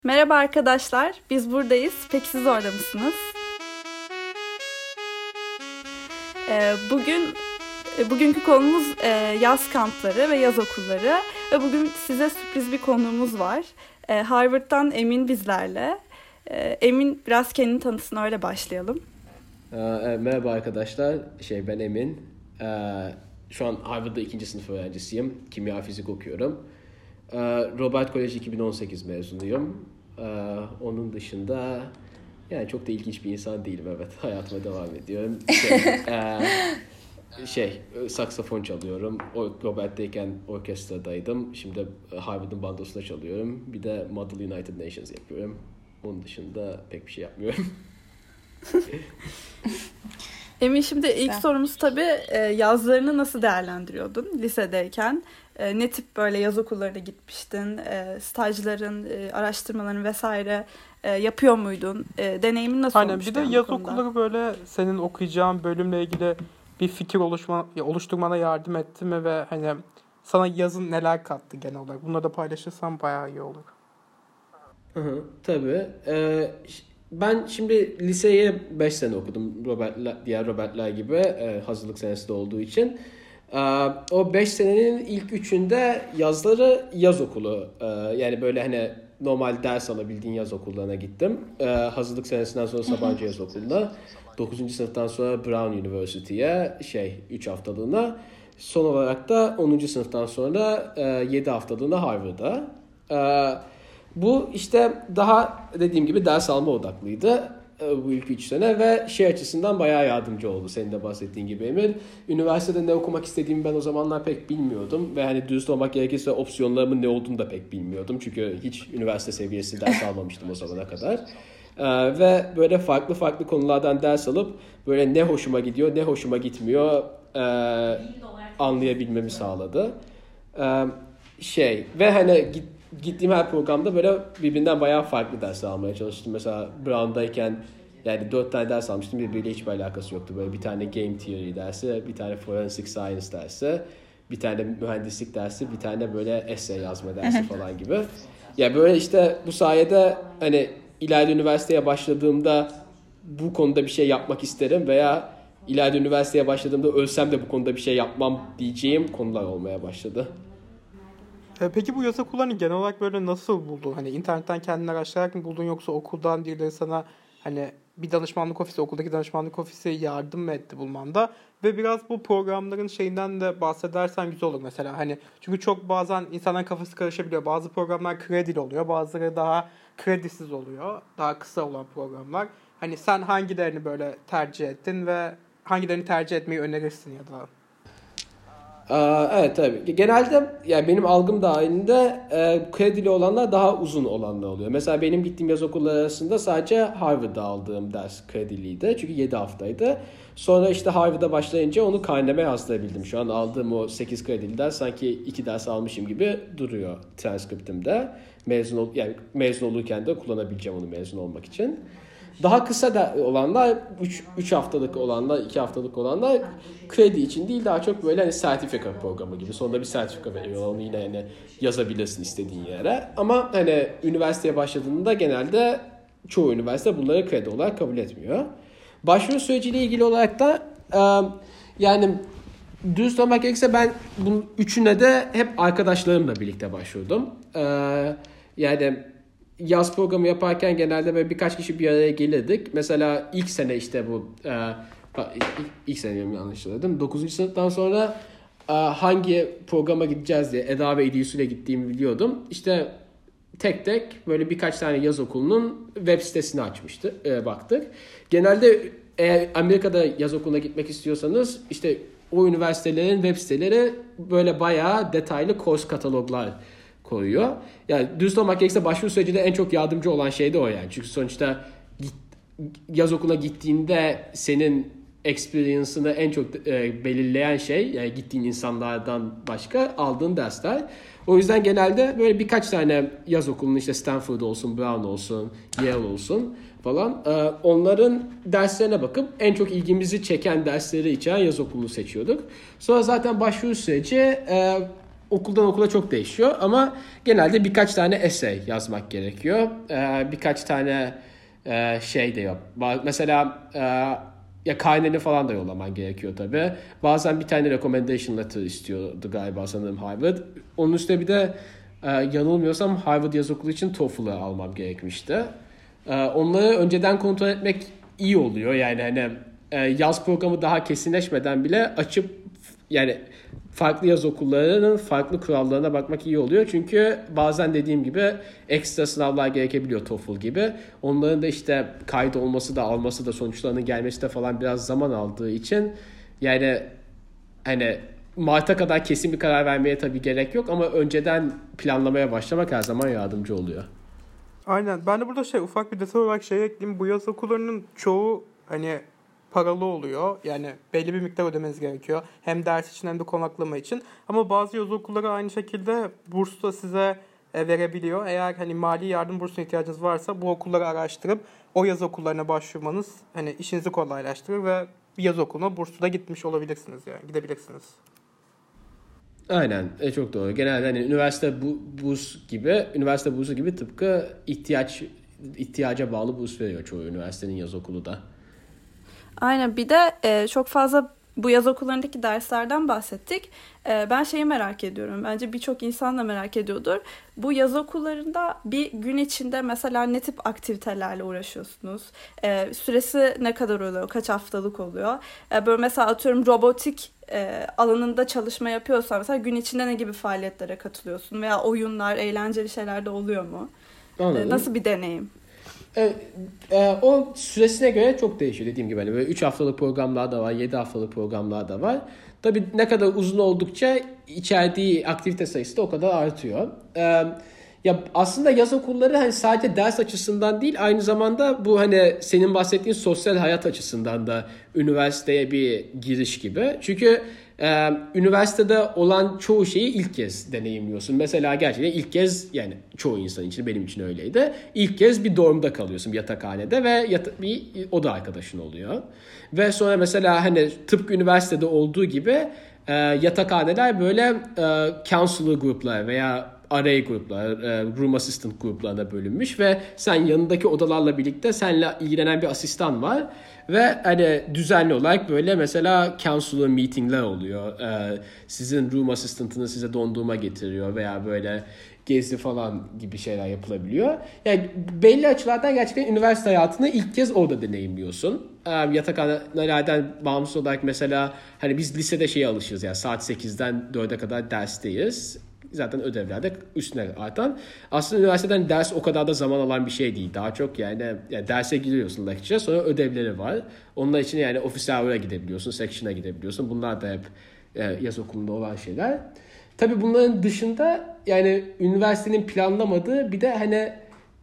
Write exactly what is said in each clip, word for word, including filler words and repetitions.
Merhaba arkadaşlar, biz buradayız. Peki siz orada mısınız? Ee, bugün e, bugünkü konumuz e, yaz kampları ve yaz okulları ve bugün size sürpriz bir konuğumuz var. E, Harvard'dan Emin bizlerle. E, Emin biraz kendini tanısın, öyle başlayalım. Ee, merhaba arkadaşlar, şey ben Emin. Ee, şu an Harvard'da ikinci sınıf öğrencisiyim. Kimya fizik okuyorum. Ee, Robert College iki bin on sekiz mezunuyum. Ee, onun dışında yani çok da ilginç bir insan değilim, evet. Hayatıma devam ediyorum. Şey, e, şey saksafon çalıyorum. O, Robert'teyken orkestradaydım. Şimdi Harvard'ın bandosunda çalıyorum. Bir de Model United Nations yapıyorum. Onun dışında pek bir şey yapmıyorum. Emin, şimdi ilk sorumuz tabii yazlarını nasıl değerlendiriyordun lisedeyken? Ne tip böyle yaz okullarına gitmiştin? Stajların, araştırmaların vesaire yapıyor muydun? Deneyimin nasıl Aynen, olmuştu? bir de yani yaz bu konuda? okulları böyle senin okuyacağın bölümle ilgili bir fikir oluşma, oluşturmana yardım etti mi ve hani sana yazın neler kattı genel olarak? Bunları da paylaşırsan bayağı iyi olur. Hı hı, tabii. Ee, ben şimdi liseye beş sene okudum, Robert'ler, diğer Robert'ler gibi e, hazırlık senesi de olduğu için. Ee, o beş senenin ilk üçünde yazları yaz okulu. Ee, yani böyle hani normal ders alabildiğin yaz okullarına gittim. Ee, hazırlık senesinden sonra Sabancı Yaz Okulu'na. dokuzuncu sınıftan sonra Brown University'ye şey üç haftalığına. Son olarak da onuncu sınıftan sonra e, yedi haftalığına Harvard'a. Ee, Bu işte daha dediğim gibi ders alma odaklıydı bu ilk üç sene ve şey açısından bayağı yardımcı oldu, senin de bahsettiğin gibi Emir. Üniversitede ne okumak istediğimi ben o zamanlar pek bilmiyordum ve hani dürüst olmak gerekirse opsiyonlarımın ne olduğunu da pek bilmiyordum. Çünkü hiç üniversite seviyesi ders almamıştım o zamana kadar. Ee, ve böyle farklı farklı konulardan ders alıp böyle ne hoşuma gidiyor ne hoşuma gitmiyor e, anlayabilmemi sağladı. Ee, şey ve hani git Gittiğim her programda böyle birbirinden bayağı farklı dersler almaya çalıştım. Mesela Brown'dayken yani dört tane ders almıştım. Birbiriyle hiçbir alakası yoktu. Böyle bir tane Game Theory dersi, bir tane Forensic Science dersi, bir tane mühendislik dersi, bir tane böyle essay yazma dersi falan gibi. Ya yani böyle işte bu sayede hani ileride üniversiteye başladığımda bu konuda bir şey yapmak isterim veya ileride üniversiteye başladığımda ölsem de bu konuda bir şey yapmam diyeceğim konular olmaya başladı. Peki bu yaz okullarını genel olarak böyle nasıl buldun? Hani internetten kendin araştırarak mı buldun, yoksa okuldan birileri sana hani bir danışmanlık ofisi, okuldaki danışmanlık ofisi yardım mı etti bulmanda? Ve biraz bu programların şeyinden de bahsedersen güzel olur mesela. Hani çünkü çok bazen insanların kafası karışabiliyor. Bazı programlar kredili oluyor, bazıları daha kredisiz oluyor. Daha kısa olan programlar. Hani sen hangilerini böyle tercih ettin ve hangilerini tercih etmeyi önerirsin ya da? Aa, evet tabii. Genelde yani benim algım dahilinde e, kredili olanlar daha uzun olanlar oluyor. Mesela benim gittiğim yaz okulları arasında sadece Harvard'da aldığım ders krediliydi. Çünkü yedi haftaydı. Sonra işte Harvard'a başlayınca onu karneme yaslayabildim. Şu an aldığım o sekiz kredili ders sanki iki ders almışım gibi duruyor transkriptimde. Mezun ol, yani mezun olurken de kullanabileceğim onu mezun olmak için. Daha kısa da olanlar, üç haftalık olanlar, iki haftalık olanlar kredi için değil, daha çok böyle hani sertifika programı gibi. Sonunda bir sertifika veriyorlar, onu yine hani yazabilirsin istediğin yere. Ama hani üniversiteye başladığında genelde çoğu üniversite bunları kredi olarak kabul etmiyor. Başvuru süreciyle ilgili olarak da yani dürüst olmak gerekirse ben bunun üçüne de hep arkadaşlarımla birlikte başvurdum. Yani yaz programı yaparken genelde böyle birkaç kişi bir araya gelirdik. Mesela ilk sene işte bu e, ilk sene yanlış söyledim. dokuzuncu sınıftan sonra e, hangi programa gideceğiz diye Eda ve İlyas ile gittiğimi biliyordum. İşte tek tek böyle birkaç tane yaz okulunun web sitesini açmıştı, e, baktık. Genelde eğer Amerika'da yaz okuluna gitmek istiyorsanız işte o üniversitelerin web siteleri böyle bayağı detaylı kurs kataloglar koyuyor. Yani dürüst olmak gerekirse başvuru sürecinde en çok yardımcı olan şey de o yani. Çünkü sonuçta git, yaz okuluna gittiğinde senin experience'ını en çok e, belirleyen şey, yani gittiğin insanlardan başka aldığın dersler. O yüzden genelde böyle birkaç tane yaz okulunun, işte Stanford olsun, Brown olsun, Yale olsun falan, e, onların derslerine bakıp en çok ilgimizi çeken dersleri içeren yaz okulunu seçiyorduk. Sonra zaten başvuru süreci e, okuldan okula çok değişiyor ama genelde birkaç tane essay yazmak gerekiyor. Ee, birkaç tane e, şey de yok. Mesela e, ya kayneni falan da yollaman gerekiyor tabii. Bazen bir tane recommendation letter istiyordu galiba sanırım Harvard. Onun üstüne bir de e, yanılmıyorsam Harvard Yaz Okulu için TOEFL'ı almam gerekmişti. E, onları önceden kontrol etmek iyi oluyor. Yani hani e, yaz programı daha kesinleşmeden bile açıp yani farklı yaz okullarının farklı kurallarına bakmak iyi oluyor. Çünkü bazen dediğim gibi ekstra sınavlar gerekebiliyor TOEFL gibi. Onların da işte kayıt olması da alması da sonuçlarının gelmesi de falan biraz zaman aldığı için yani hani Mart'a kadar kesin bir karar vermeye tabii gerek yok ama önceden planlamaya başlamak her zaman yardımcı oluyor. Aynen. Ben de burada şey ufak bir detay olarak şey ekleyeyim. Bu yaz okullarının çoğu hani paralı oluyor. Yani belli bir miktar ödemeniz gerekiyor. Hem ders için hem de konaklama için. Ama bazı yaz okulları aynı şekilde burs da size e, verebiliyor. Eğer hani mali yardım bursuna ihtiyacınız varsa bu okulları araştırıp o yaz okullarına başvurmanız hani işinizi kolaylaştırır ve bir yaz okuluna burslu da gitmiş olabilirsiniz yani. Gidebilirsiniz. Aynen. E, çok doğru. Genelde hani üniversite bu, burs gibi, üniversite bursu gibi tıpkı ihtiyaç ihtiyaca bağlı burs veriyor çoğu üniversitenin yaz okulu da. Aynen, bir de e, çok fazla bu yaz okullarındaki derslerden bahsettik. E, ben şeyi merak ediyorum. Bence birçok insan da merak ediyordur. Bu yaz okullarında bir gün içinde mesela ne tip aktivitelerle uğraşıyorsunuz? E, süresi ne kadar oluyor? Kaç haftalık oluyor? E, böyle mesela atıyorum robotik e, alanında çalışma yapıyorsan mesela gün içinde ne gibi faaliyetlere katılıyorsun? Veya oyunlar, eğlenceli şeyler de oluyor mu? E, nasıl bir deneyim? E, e, o süresine göre çok değişiyor dediğim gibi. Hani böyle üç haftalık programlar da var, yedi haftalık programlar da var. Tabii ne kadar uzun oldukça içerdiği aktivite sayısı da o kadar artıyor. E, ya aslında yaz okulları hani sadece ders açısından değil, aynı zamanda bu hani senin bahsettiğin sosyal hayat açısından da üniversiteye bir giriş gibi. Çünkü Ee, üniversitede olan çoğu şeyi ilk kez deneyimliyorsun. Mesela gerçekten ilk kez, yani çoğu insan için, benim için öyleydi. İlk kez bir dormda kalıyorsun, bir yatakhanede ve yata- bir oda arkadaşın oluyor. Ve sonra mesela hani tıpkı üniversitede olduğu gibi e, yatakhaneler böyle e, counselor gruplar veya array gruplar, e, room assistant gruplarına bölünmüş ve sen yanındaki odalarla birlikte seninle ilgilenen bir asistan var. Ve hani düzenli olarak böyle mesela counselor meetingler oluyor. Ee, sizin room assistant'ınız size dondurma getiriyor veya böyle gezi falan gibi şeyler yapılabiliyor. Yani belli açılardan gerçekten üniversite hayatını ilk kez orada deneyimliyorsun. Ee, yatakhanelerden bağımsız olarak mesela hani biz lisede şeye alışırız, yani saat sekizden dörde kadar dersteyiz. Zaten ödevlerde üstüne artan. Aslında üniversiteden ders o kadar da zaman alan bir şey değil. Daha çok yani, yani derse giriyorsun lecture, sonra ödevleri var. Onlar için yani office hour'a gidebiliyorsun, section'a gidebiliyorsun. Bunlar da hep e, yaz okulunda olan şeyler. Tabii bunların dışında yani üniversitenin planlamadığı bir de hani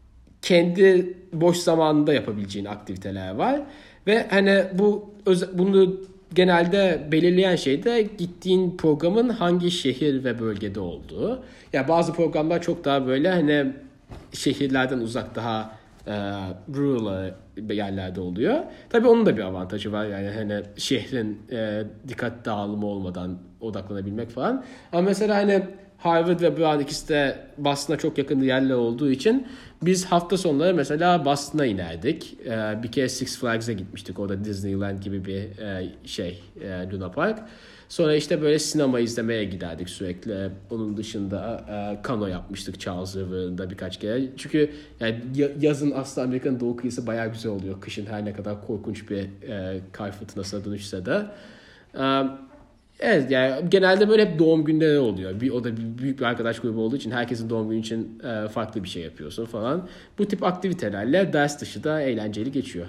kendi boş zamanında yapabileceğin aktiviteler var. Ve hani bu bunu genelde belirleyen şey de gittiğin programın hangi şehir ve bölgede olduğu. Ya yani bazı programlar çok daha böyle hani şehirlerden uzak, daha e, rural yerlerde oluyor. Tabii onun da bir avantajı var. Yani hani şehrin e, dikkat dağılımı olmadan odaklanabilmek falan. Ama mesela hani Harvard ve Brown ikisi de Boston'a çok yakın yerler olduğu için biz hafta sonları mesela Boston'a inerdik. Ee, bir kere Six Flags'e gitmiştik. Orada Disneyland gibi bir e, şey, e, Luna Park. Sonra işte böyle sinema izlemeye giderdik sürekli. Onun dışında e, kano yapmıştık Charles River'ında birkaç kere. Çünkü yani yazın aslında Amerika'nın doğu kıyısı bayağı güzel oluyor. Kışın her ne kadar korkunç bir e, kar fırtınasına dönüşse de. E, Evet, yani genelde böyle hep doğum günleri oluyor. Bir, o da bir, büyük bir arkadaş grubu olduğu için herkesin doğum günü için e, farklı bir şey yapıyorsun falan. Bu tip aktivitelerle ders dışı da eğlenceli geçiyor.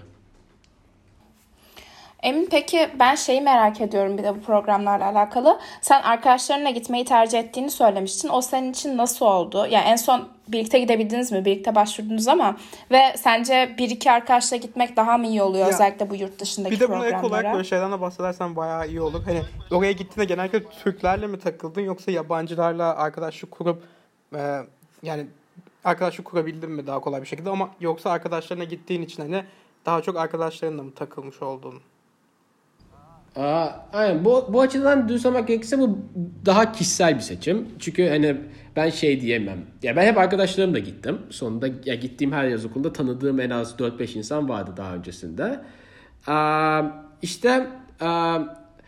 Emin, peki ben şeyi merak ediyorum bir de bu programlarla alakalı. Sen arkadaşlarınla gitmeyi tercih ettiğini söylemiştin. O senin için nasıl oldu? Yani en son birlikte gidebildiniz mi? Birlikte başvurdunuz ama ve sence bir iki arkadaşla gitmek daha mı iyi oluyor, ya, özellikle bu yurt dışındaki programlara? Bir de buna ek olarak böyle şeyden de bahsedersen bayağı iyi olur. Hani oraya gittiğinde genellikle Türklerle mi takıldın yoksa yabancılarla arkadaşlık kurup e, yani arkadaşlık kurabildin mi daha kolay bir şekilde, ama yoksa arkadaşlarına gittiğin için hani daha çok arkadaşlarınla mı takılmış oldun? Aa, aynen. Bu, bu açıdan düz olmak gerekirse bu daha kişisel bir seçim. Çünkü hani ben şey diyemem. Ya ben hep arkadaşlarımla gittim. Sonunda ya gittiğim her yaz okulunda tanıdığım en az dört beş insan vardı daha öncesinde. Aa, işte aa,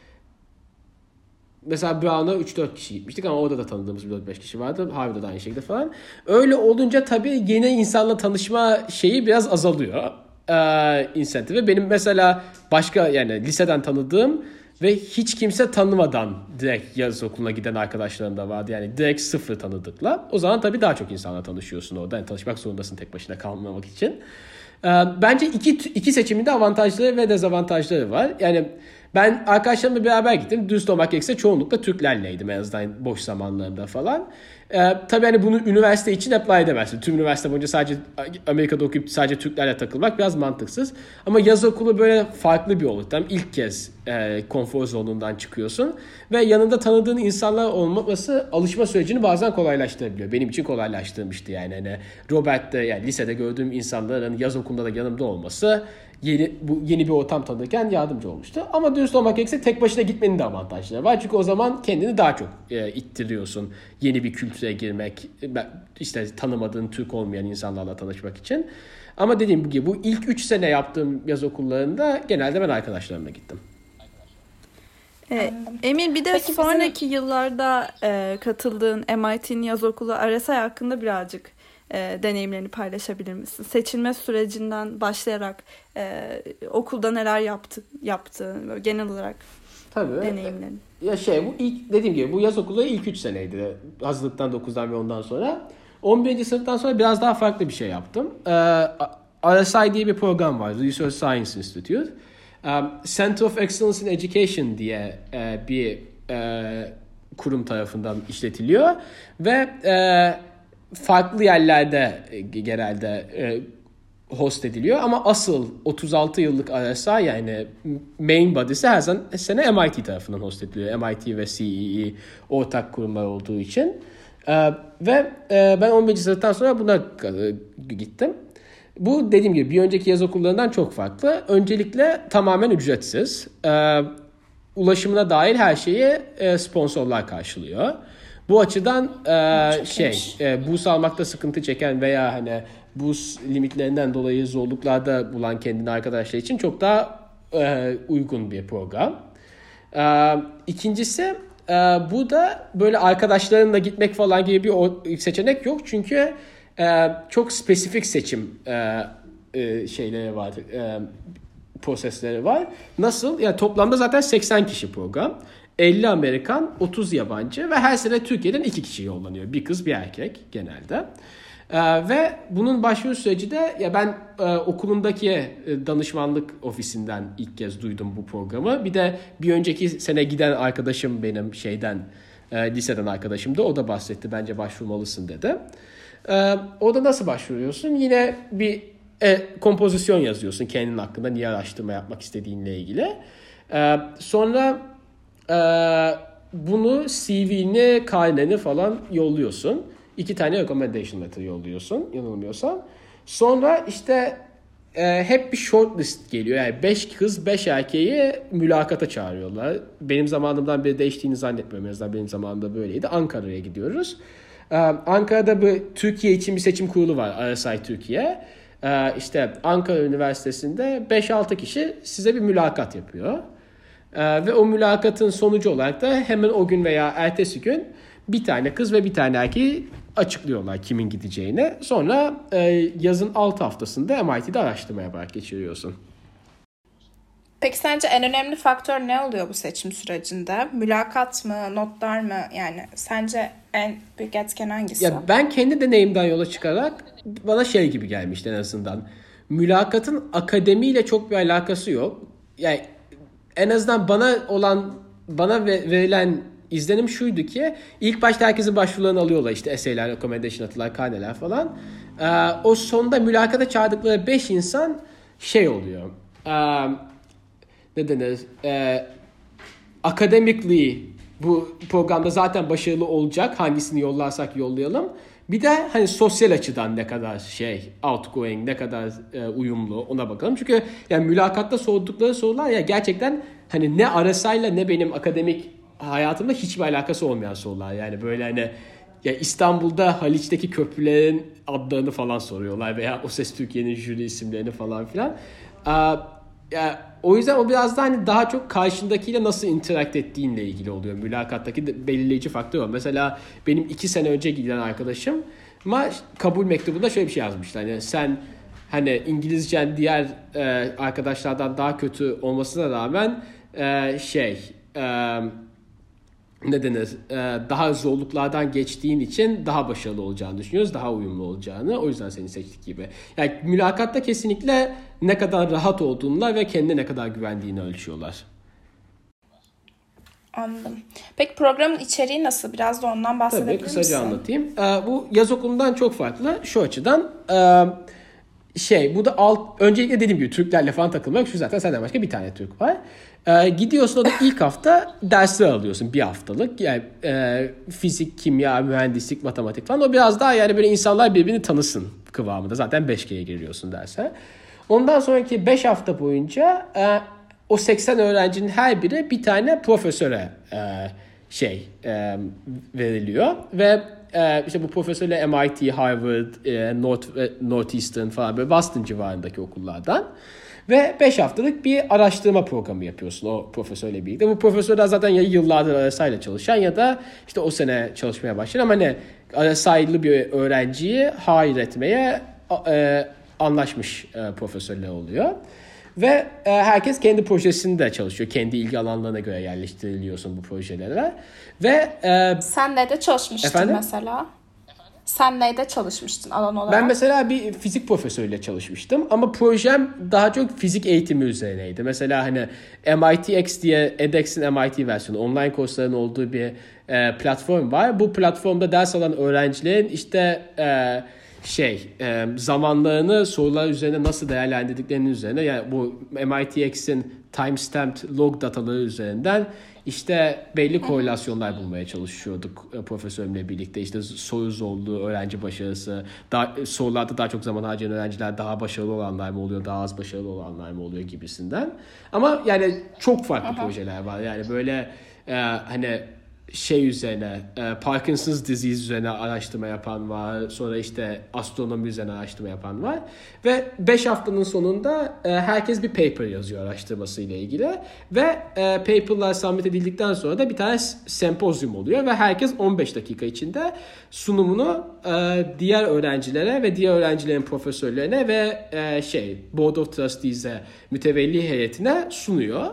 mesela Brown'a üç dört kişi gitmiştik ama orada da tanıdığımız dört beş kişi vardı. Harvard'da da aynı şekilde falan. Öyle olunca tabii yeni insanla tanışma şeyi biraz azalıyor. Ee, insentifi. Benim mesela başka yani liseden tanıdığım ve hiç kimse tanımadan direkt yaz okuluna giden arkadaşlarım da vardı. Yani direkt sıfır tanıdıkla. O zaman tabii daha çok insanla tanışıyorsun orada. Yani tanışmak zorundasın tek başına kalmamak için. Ee, bence iki, iki seçimin de avantajları ve dezavantajları var. Yani ben arkadaşlarımla beraber gittim. Dürüst olmak gerekirse çoğunlukla Türklerleydim en azından boş zamanlarında falan. Ee, tabii hani bunu üniversite için apply edemezsin. Tüm üniversite boyunca sadece Amerika'da okuyup sadece Türklerle takılmak biraz mantıksız. Ama yaz okulu böyle farklı bir ortam. İlk kez e, konfor zonundan çıkıyorsun. Ve yanında tanıdığın insanlar olması alışma sürecini bazen kolaylaştırabiliyor. Benim için kolaylaştırmıştı yani. Hani Robert'te yani lisede gördüğüm insanların yaz okulunda da yanımda olması yeni bu yeni bir ortam tanırken yardımcı olmuştu. Ama dürüst olmak gerekirse tek başına gitmenin de avantajları var. Çünkü o zaman kendini daha çok e, ittiriyorsun. Yeni bir kültüre girmek, işte tanımadığın Türk olmayan insanlarla tanışmak için. Ama dediğim gibi bu ilk üç sene yaptığım yaz okullarında genelde ben arkadaşlarımla gittim. Ee, Emir bir de Peki sonraki bizim... yıllarda e, katıldığın M I T'nin yaz okulu R S I hakkında birazcık e, deneyimlerini paylaşabilir misin? Seçilme sürecinden başlayarak e, okulda neler yaptı, yaptığın böyle genel olarak Tabii. deneyimlerini. Ya şey bu ilk dediğim gibi bu yaz okulu ilk üç seneydi. Hazırlıktan dokuzdan ve ondan sonra. on birinci sınıftan sonra biraz daha farklı bir şey yaptım. Ee, R S I diye bir program var. Research Science Institute. Um, Center of Excellence in Education diye e, bir e, kurum tarafından işletiliyor. Ve e, farklı yerlerde e, genelde e, host ediliyor ama asıl otuz altı yıllık R S I yani main body'si her sene M I T tarafından host ediliyor. M I T ve C E E ortak kurumlar olduğu için. Ee, ve e, ben on birinci sınıftan sonra buna e, gittim. Bu dediğim gibi bir önceki yaz okullarından çok farklı. Öncelikle tamamen ücretsiz. Ee, ulaşımına dair her şeyi e, sponsorlar karşılıyor. Bu açıdan e, şey e, burs almakta sıkıntı çeken veya hani burs limitlerinden dolayı zorluklarda bulan kendini arkadaşlar için çok daha e, uygun bir program. E, ikincisi e, bu da böyle arkadaşlarınla gitmek falan gibi bir seçenek yok. Çünkü e, çok spesifik seçim e, e, şeyleri var, e, prosesleri var. Nasıl? Yani toplamda zaten seksen kişi program. elli Amerikan, otuz yabancı ve her sene Türkiye'den iki kişi yollanıyor. Bir kız bir erkek genelde. Ee, ve bunun başvuru süreci de ya ben e, okulundaki e, danışmanlık ofisinden ilk kez duydum bu programı. Bir de bir önceki sene giden arkadaşım benim şeyden e, liseden arkadaşımdı. O da bahsetti bence başvurmalısın dedi. E, orada nasıl başvuruyorsun? Yine bir e, kompozisyon yazıyorsun kendin hakkında niye araştırma yapmak istediğinle ilgili. E, sonra e, bunu C V'ni, karneni falan yolluyorsun. İki tane recommendation letter yolluyorsun yanılmıyorsam. Sonra işte e, hep bir shortlist geliyor. Yani beş kız beş erkeği mülakata çağırıyorlar. Benim zamanımdan beri değiştiğini zannetmiyorum. En azından benim zamanımda böyleydi. Ankara'ya gidiyoruz. Ee, Ankara'da bir Türkiye için bir seçim kurulu var. R S I Türkiye. Ee, işte Ankara Üniversitesi'nde beş altı kişi size bir mülakat yapıyor. Ee, ve o mülakatın sonucu olarak da hemen o gün veya ertesi gün bir tane kız ve bir tane erkeği açıklıyorlar kimin gideceğini. Sonra e, yazın altı haftasında M I T'de araştırma yaparak geçiriyorsun. Peki sence en önemli faktör ne oluyor bu seçim sürecinde? Mülakat mı, notlar mı? Yani sence en büyük etken hangisi? Ya ben kendi deneyimden yola çıkarak bana şey gibi gelmişti en azından. Mülakatın akademiyle çok bir alakası yok. Yani en azından bana olan bana verilen izlenim şuydu ki ilk başta herkesin başvurularını alıyorlar işte essay'ler, recommendation letters, karneler falan. Ee, o sonunda mülakata çağırdıkları beş insan şey oluyor. Ee, ne denir? Ee, academically bu programda zaten başarılı olacak. Hangisini yollarsak yollayalım. Bir de hani sosyal açıdan ne kadar şey outgoing, ne kadar e, uyumlu ona bakalım. Çünkü yani mülakatta sordukları sorular ya gerçekten hani ne Arasa'yla ne benim akademik hayatımda hiçbir alakası olmayan sorular. Yani böyle hani ya İstanbul'da Haliç'teki köprülerin adlarını falan soruyorlar veya O Ses Türkiye'nin jüri isimlerini falan filan. Ee, ya, o yüzden o biraz da hani daha çok karşındakiyle nasıl interact ettiğinle ilgili oluyor. Mülakattaki belirleyici faktör o. Mesela benim iki sene önce giden arkadaşım ama kabul mektubunda şöyle bir şey yazmışlar. Yani sen hani İngilizcen diğer e, arkadaşlardan daha kötü olmasına rağmen e, şey... E, ne denir, daha zorluklardan geçtiğin için daha başarılı olacağını düşünüyoruz. Daha uyumlu olacağını. O yüzden seni seçtik gibi. Yani mülakatta kesinlikle ne kadar rahat olduğunla ve kendine ne kadar güvendiğini ölçüyorlar. Anladım. Peki programın içeriği nasıl? Biraz da ondan bahsedebilir Tabii, kısaca misin? anlatayım. Bu yaz okulundan çok farklı. Şu açıdan şey, bu da alt, öncelikle dediğim gibi Türklerle falan takılmak. Şu zaten senden başka bir tane Türk var. Ee, gidiyorsun, o da ilk hafta dersler alıyorsun bir haftalık. Yani e, fizik, kimya, mühendislik, matematik falan. O biraz daha yani böyle insanlar birbirini tanısın kıvamında. Zaten beş kere giriyorsun derse. Ondan sonraki beş hafta boyunca e, o seksen öğrencinin her biri bir tane profesöre e, şey e, veriliyor. Ve e, işte bu profesörle M I T, Harvard, e, North, Northeastern falan böyle Boston civarındaki okullardan. Ve beş haftalık bir araştırma programı yapıyorsun o profesörle birlikte. Bu profesörler zaten ya yıllardır Arasa'yla çalışan ya da işte o sene çalışmaya başlayan ama ne Arasa'ylı bir öğrenciyi hire etmeye e, anlaşmış e, profesörler oluyor. Ve e, herkes kendi projesinde çalışıyor. Kendi ilgi alanlarına göre yerleştiriliyorsun bu projelere. Ve e, sen neyde çalışmıştın efendim? mesela? Sen neyde çalışmıştın alan olarak? Ben mesela bir fizik profesörüyle çalışmıştım ama projem daha çok fizik eğitimi üzerineydi. Mesela hani M I T X diye edX'in M I T versiyonu, online kursların olduğu bir e, platform var. Bu platformda ders alan öğrencilerin işte e, şey e, zamanlarını sorular üzerine nasıl değerlendirdiklerinin üzerine, yani bu M I T X'in timestamped log dataları üzerinden işte belli korelasyonlar bulmaya çalışıyorduk e, profesörümle birlikte. İşte soru zorluğu, öğrenci başarısı, daha, sorularda daha çok zaman harcayan öğrenciler daha başarılı olanlar mı oluyor, daha az başarılı olanlar mı oluyor gibisinden. Ama yani çok farklı Aha. projeler var. Yani böyle e, hani şey üzerine, e, Parkinson's disease üzerine araştırma yapan var. Sonra işte astronomi üzerine araştırma yapan var. Ve beş haftanın sonunda e, herkes bir paper yazıyor araştırmasıyla ilgili. Ve e, paperlar submit edildikten sonra da bir tane sempozyum oluyor. Ve herkes on beş dakika içinde sunumunu e, diğer öğrencilere ve diğer öğrencilerin profesörlerine ve e, şey Board of Trustees'e, mütevelli heyetine sunuyor.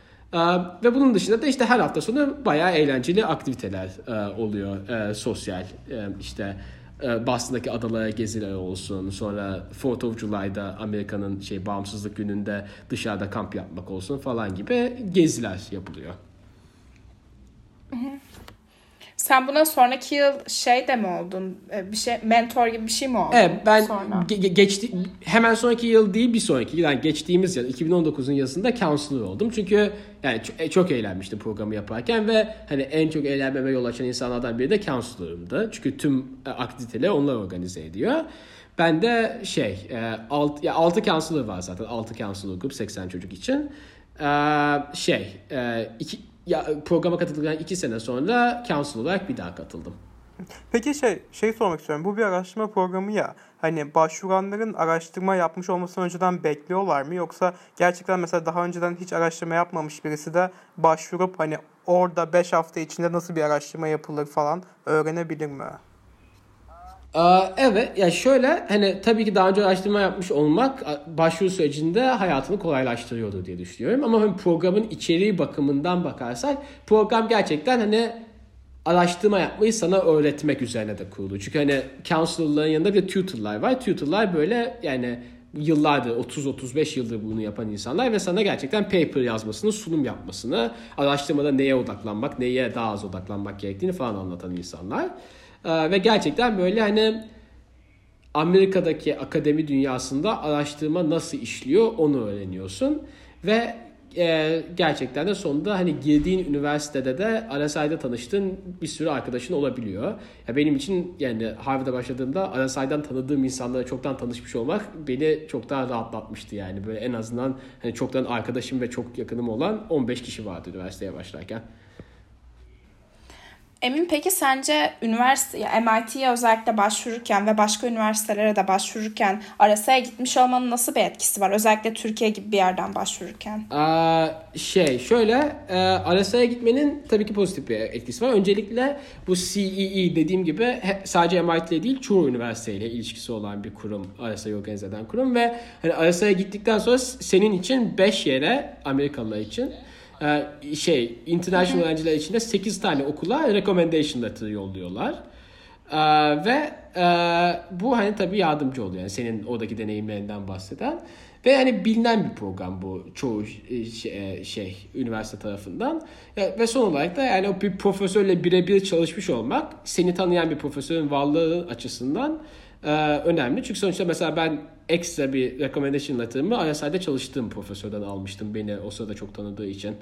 Ve bunun dışında da işte her hafta sonu bayağı eğlenceli aktiviteler oluyor. Sosyal, işte Boston'daki adalara geziler olsun. Sonra fourth of July'da Amerika'nın şey bağımsızlık gününde dışarıda kamp yapmak olsun falan gibi geziler yapılıyor. Hı hı. Sen buna sonraki yıl şey de mi oldun? Bir şey, mentor gibi bir şey mi oldun? Evet, ben ge- geçti hemen sonraki yıl değil, bir sonraki yıl, yani geçtiğimiz yıl iki bin on dokuzun yazında counselor oldum. Çünkü yani çok, çok eğlenmiştim programı yaparken ve hani en çok eğlenmeme yol açan insanlardan biri de counselor'ımdı. Çünkü tüm aktiviteleri onlar organize ediyor. Ben de şey alt ya altı counselor var zaten. altı counselor grup seksen çocuk için. Şey iki Ya programa katıldıktan iki sene sonra counsel olarak bir daha katıldım. Peki şey şey sormak istiyorum. Bu bir araştırma programı ya. Hani başvuranların araştırma yapmış olmasını önceden bekliyorlar mı? Yoksa gerçekten mesela daha önceden hiç araştırma yapmamış birisi de başvurup hani orada beş hafta içinde nasıl bir araştırma yapılır falan öğrenebilir mi? Evet, ya şöyle, hani tabii ki daha önce araştırma yapmış olmak başvuru sürecinde hayatını kolaylaştırıyordu diye düşünüyorum. Ama hani programın içeriği bakımından bakarsak program gerçekten hani araştırma yapmayı sana öğretmek üzerine de kurulu. Çünkü hani counselor'ların yanında bir de tutor'lar var. Tutor'lar böyle yani yıllardır, otuz otuz beş yıldır bunu yapan insanlar ve sana gerçekten paper yazmasını, sunum yapmasını, araştırmada neye odaklanmak, neye daha az odaklanmak gerektiğini falan anlatan insanlar. Ee, ve gerçekten böyle hani Amerika'daki akademi dünyasında araştırma nasıl işliyor onu öğreniyorsun. Ve e, gerçekten de sonunda hani girdiğin üniversitede de R S I'de tanıştığın bir sürü arkadaşın olabiliyor. Ya benim için yani Harvard'a başladığımda R S I'den tanıdığım insanlara çoktan tanışmış olmak beni çok daha rahatlatmıştı yani. Böyle en azından hani çoktan arkadaşım ve çok yakınım olan on beş kişi vardı üniversiteye başlarken. Emin, peki sence üniversite, ya M I T'ye özellikle başvururken ve başka üniversitelere de başvururken R S I'ye gitmiş olmanın nasıl bir etkisi var? Özellikle Türkiye gibi bir yerden başvururken. Aa, şey şöyle e, R S I'ye gitmenin tabii ki pozitif bir etkisi var. Öncelikle bu C E E dediğim gibi he, sadece M I T ile değil çoğu üniversiteyle ilişkisi olan bir kurum, R S I'yi organize eden kurum ve hani R S I'ye gittikten sonra senin için beş yere, Amerikalılar için şey international öğrenciler için de sekiz tane okula recommendation letter yolluyorlar. Ee, ve e, bu hani tabii yardımcı oluyor. Yani senin oradaki deneyimlerinden bahseden. Ve hani bilinen bir program bu çoğu şey, şey üniversite tarafından. Ya, ve son olarak da yani o bir profesörle birebir çalışmış olmak seni tanıyan bir profesörün varlığı açısından e, önemli. Çünkü sonuçta mesela ben ekstra bir recommendation letter'ımı R S I'de çalıştığım profesörden almıştım. Beni o sırada çok tanıdığı için.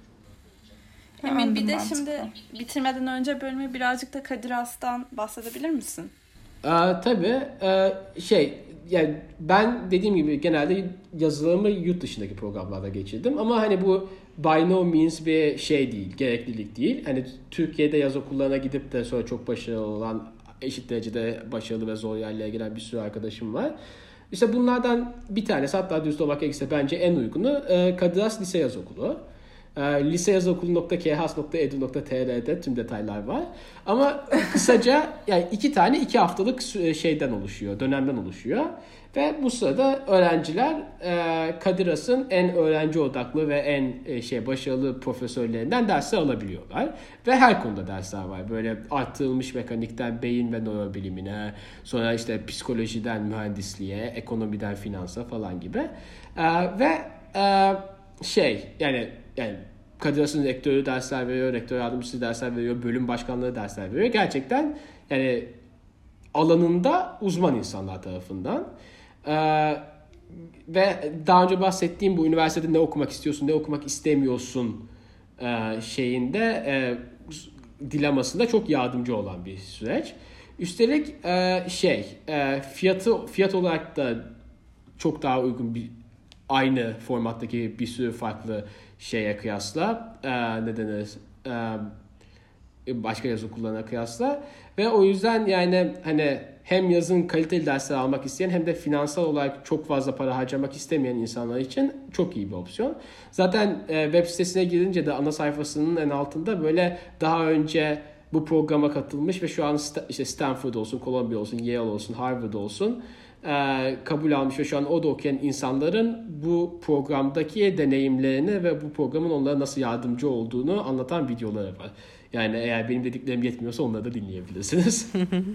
Emin, bir de şimdi bitirmeden önce bölümü birazcık da Kadir Has'tan bahsedebilir misin? Ee, tabii. Ee, şey yani ben dediğim gibi genelde yazılımı yurt dışındaki programlarda geçirdim. Ama hani bu by no means bir şey değil, gereklilik değil. Hani Türkiye'de yaz okullarına gidip de sonra çok başarılı olan, eşit derecede başarılı ve zor yerlere gelen bir sürü arkadaşım var. İşte bunlardan bir tanesi, hatta dürüst olmak gerekirse bence en uygunu e, Kadir Has Lise Yaz Okulu. E, liseyazokulu nokta khas nokta edu nokta tr'de tüm detaylar var. Ama kısaca yani iki tane iki haftalık şeyden oluşuyor, dönemden oluşuyor. Ve bu sırada öğrenciler e, Kadir Has'ın en öğrenci odaklı ve en e, şey başarılı profesörlerinden dersler alabiliyorlar. Ve her konuda dersler var. Böyle arttırılmış mekanikten beyin ve nörobilimine, sonra işte psikolojiden mühendisliğe, ekonomiden finansa falan gibi. E, ve e, şey yani yani Kadir Has'ın rektörü dersler veriyor, rektör yardımcısı dersler veriyor, bölüm başkanları dersler veriyor. Gerçekten yani alanında uzman insanlar tarafından. Ee, ve daha önce bahsettiğim bu üniversitede ne okumak istiyorsun, ne okumak istemiyorsun e, şeyinde e, dilemasında çok yardımcı olan bir süreç. Üstelik e, şey e, fiyatı fiyat olarak da çok daha uygun, bir aynı formattaki bir sürü farklı şeye kıyasla e, ne denir e, başka yaz okullarına kıyasla ve o yüzden yani hani hem yazın kaliteli dersler almak isteyen hem de finansal olarak çok fazla para harcamak istemeyen insanlar için çok iyi bir opsiyon. Zaten e, web sitesine girince de ana sayfasının en altında böyle daha önce bu programa katılmış ve şu an st- işte Stanford olsun, Columbia olsun, Yale olsun, Harvard olsun e, kabul almış ve şu an o da okuyan insanların bu programdaki deneyimlerini ve bu programın onlara nasıl yardımcı olduğunu anlatan videoları var. Yani eğer benim dediklerim yetmiyorsa onları da dinleyebilirsiniz.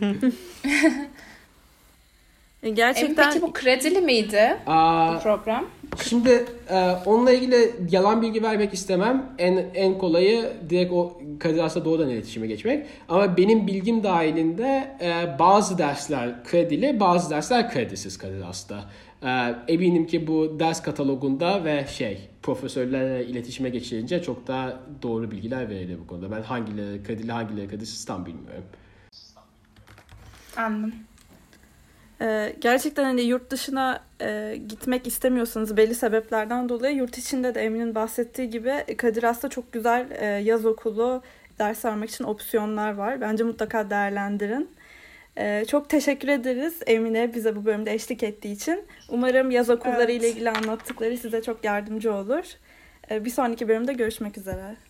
Gerçekten. E, peki bu kredili miydi Aa, bu program? Şimdi e, onunla ilgili yalan bilgi vermek istemem. En en kolayı direkt o Kadir Has'la doğrudan iletişime geçmek. Ama benim bilgim dahilinde e, bazı dersler kredili, bazı dersler kredisiz Kadir Has'ta. E, eminim ki bu ders katalogunda ve şey profesörlerle iletişime geçirince çok daha doğru bilgiler verilir bu konuda. Ben hangileri kredili, hangileri kredisiz tam bilmiyorum. Anladım. Ee, gerçekten hani yurt dışına e, gitmek istemiyorsanız belli sebeplerden dolayı yurt içinde de Emin'in bahsettiği gibi Kadir Has'ta çok güzel e, yaz okulu ders almak için opsiyonlar var. Bence mutlaka değerlendirin. E, çok teşekkür ederiz Emine bize bu bölümde eşlik ettiği için. Umarım yaz okulları evet. ile ilgili anlattıkları size çok yardımcı olur. E, bir sonraki bölümde görüşmek üzere.